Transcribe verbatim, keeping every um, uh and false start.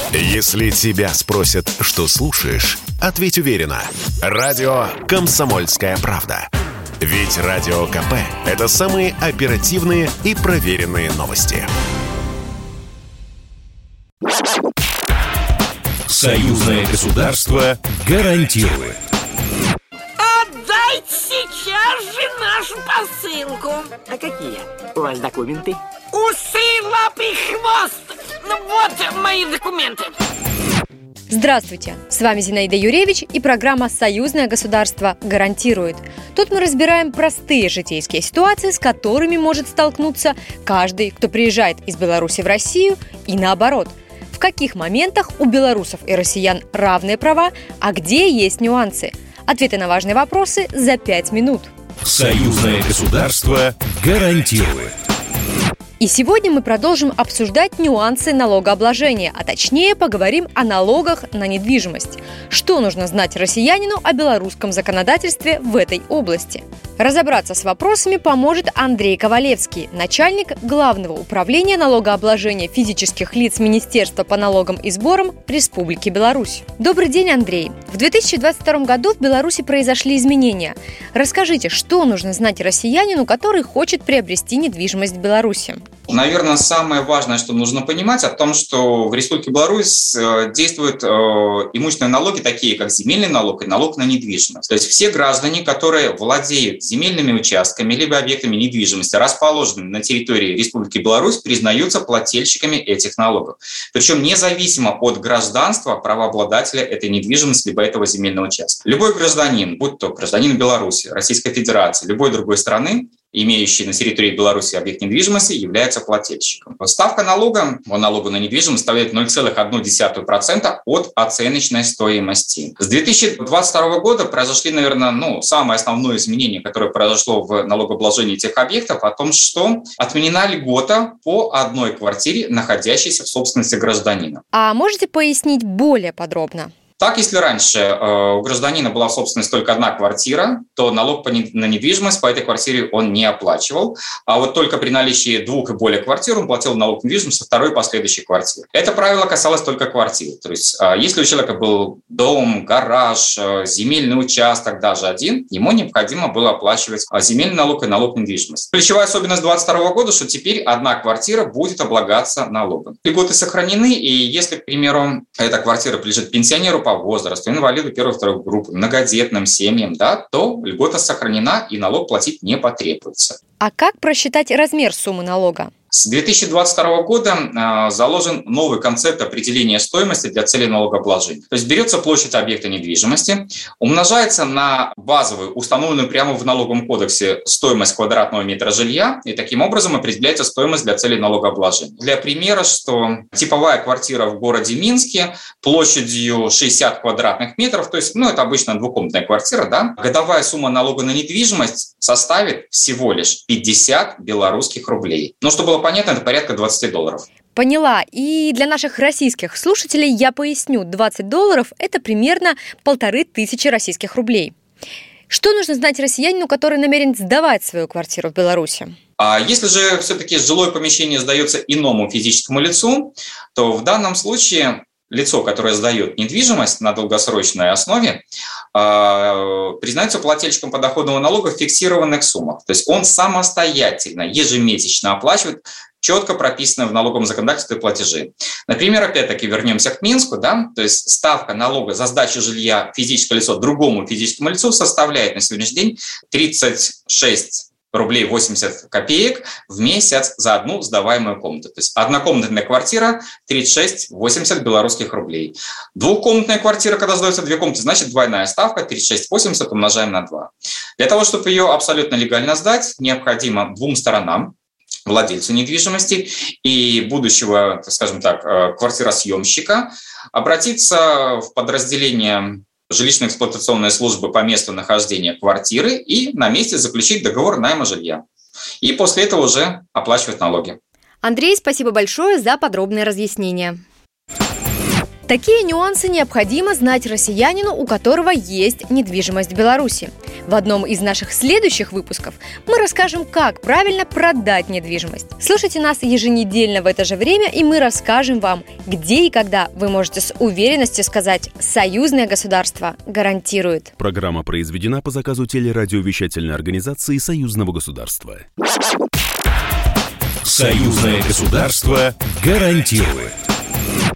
Если тебя спросят, что слушаешь, ответь уверенно. Радио «Комсомольская правда». Ведь Радио КП – это самые оперативные и проверенные новости. Союзное государство гарантирует. Отдайте сейчас же нашу посылку. А какие у вас документы? Усы, лапы, хвост. Ну вот мои документы. Здравствуйте, с вами Зинаида Юревич и программа «Союзное государство гарантирует». Тут мы разбираем простые житейские ситуации, с которыми может столкнуться каждый, кто приезжает из Беларуси в Россию, и наоборот. В каких моментах у белорусов и россиян равные права, а где есть нюансы? Ответы на важные вопросы за пять минут. Союзное государство гарантирует. И сегодня мы продолжим обсуждать нюансы налогообложения, а точнее поговорим о налогах на недвижимость. Что нужно знать россиянину о белорусском законодательстве в этой области? Разобраться с вопросами поможет Андрей Ковалевский, начальник Главного управления налогообложения физических лиц Министерства по налогам и сборам Республики Беларусь. Добрый день, Андрей. В две тысячи двадцать втором году в Беларуси произошли изменения. Расскажите, что нужно знать россиянину, который хочет приобрести недвижимость в Беларуси? Наверное, самое важное, что нужно понимать, о том, что в Республике Беларусь действуют имущественные налоги, такие как земельный налог и налог на недвижимость. То есть все граждане, которые владеют земельными участками либо объектами недвижимости, расположенными на территории Республики Беларусь, признаются плательщиками этих налогов. Причем независимо от гражданства правообладателя этой недвижимости либо этого земельного участка. Любой гражданин, будь то гражданин Беларуси, Российской Федерации, любой другой страны, имеющий на территории Беларуси объект недвижимости, является плательщиком. Ставка налога по налогу на недвижимость составляет ноль целых одна десятая процента от оценочной стоимости. С две тысячи двадцать второго года произошли, наверное, ну, самое основное изменение, которое произошло в налогообложении этих объектов, о том, что отменена льгота по одной квартире, находящейся в собственности гражданина. А можете пояснить более подробно? Так, если раньше э, у гражданина была в собственности только одна квартира, то налог по не, на недвижимость по этой квартире он не оплачивал, а вот только при наличии двух и более квартир он платил налог на недвижимость со второй и последующей квартиры. Это правило касалось только квартир. То есть, э, если у человека был дом, гараж, э, земельный участок, даже один, ему необходимо было оплачивать э, земельный налог и налог на недвижимость. Ключевая особенность две тысячи двадцать второго года, что теперь одна квартира будет облагаться налогом. Льготы сохранены, и если, к примеру, эта квартира принадлежит пенсионеру по возрасту, инвалиду первой и второй группы, многодетным семьям, да, то льгота сохранена и налог платить не потребуется. А как просчитать размер суммы налога? С две тысячи двадцать второго года э, заложен новый концепт определения стоимости для целей налогообложения. То есть берется площадь объекта недвижимости, умножается на базовую, установленную прямо в налоговом кодексе стоимость квадратного метра жилья, и таким образом определяется стоимость для целей налогообложения. Для примера, что типовая квартира в городе Минске площадью шестьдесят квадратных метров, то есть, ну, это обычно двухкомнатная квартира, да, годовая сумма налога на недвижимость составит всего лишь пятьдесят белорусских рублей. Но чтобы было понятно, это порядка двадцать долларов. Поняла. И для наших российских слушателей я поясню. двадцать долларов – это примерно полторы тысячи российских рублей. Что нужно знать россиянину, который намерен сдавать свою квартиру в Беларуси? А если же все-таки жилое помещение сдается иному физическому лицу, то в данном случае лицо, которое сдает недвижимость на долгосрочной основе, признается плательщиком подоходного налога в фиксированных суммах. То есть он самостоятельно, ежемесячно оплачивает четко прописанные в налоговом законодательстве платежи. Например, опять-таки вернемся к Минску, да, то есть ставка налога за сдачу жилья физического лица другому физическому лицу составляет на сегодняшний день тридцать шесть рублей восемьдесят копеек в месяц за одну сдаваемую комнату. То есть однокомнатная квартира тридцать шесть восемьдесят белорусских рублей. Двухкомнатная квартира, когда сдается две комнаты, значит двойная ставка тридцать шесть восемьдесят умножаем на два. Для того, чтобы ее абсолютно легально сдать, необходимо двум сторонам, владельцу недвижимости и будущего, скажем так, квартиросъемщика, обратиться в подразделение жилищно-эксплуатационной службы по месту нахождения квартиры и на месте заключить договор найма жилья. И после этого уже оплачивать налоги. Андрей, спасибо большое за подробное разъяснение. Такие нюансы необходимо знать россиянину, у которого есть недвижимость в Беларуси. В одном из наших следующих выпусков мы расскажем, как правильно продать недвижимость. Слушайте нас еженедельно в это же время, и мы расскажем вам, где и когда вы можете с уверенностью сказать: «Союзное государство гарантирует». Программа произведена по заказу телерадиовещательной организации Союзного государства. Союзное государство гарантирует.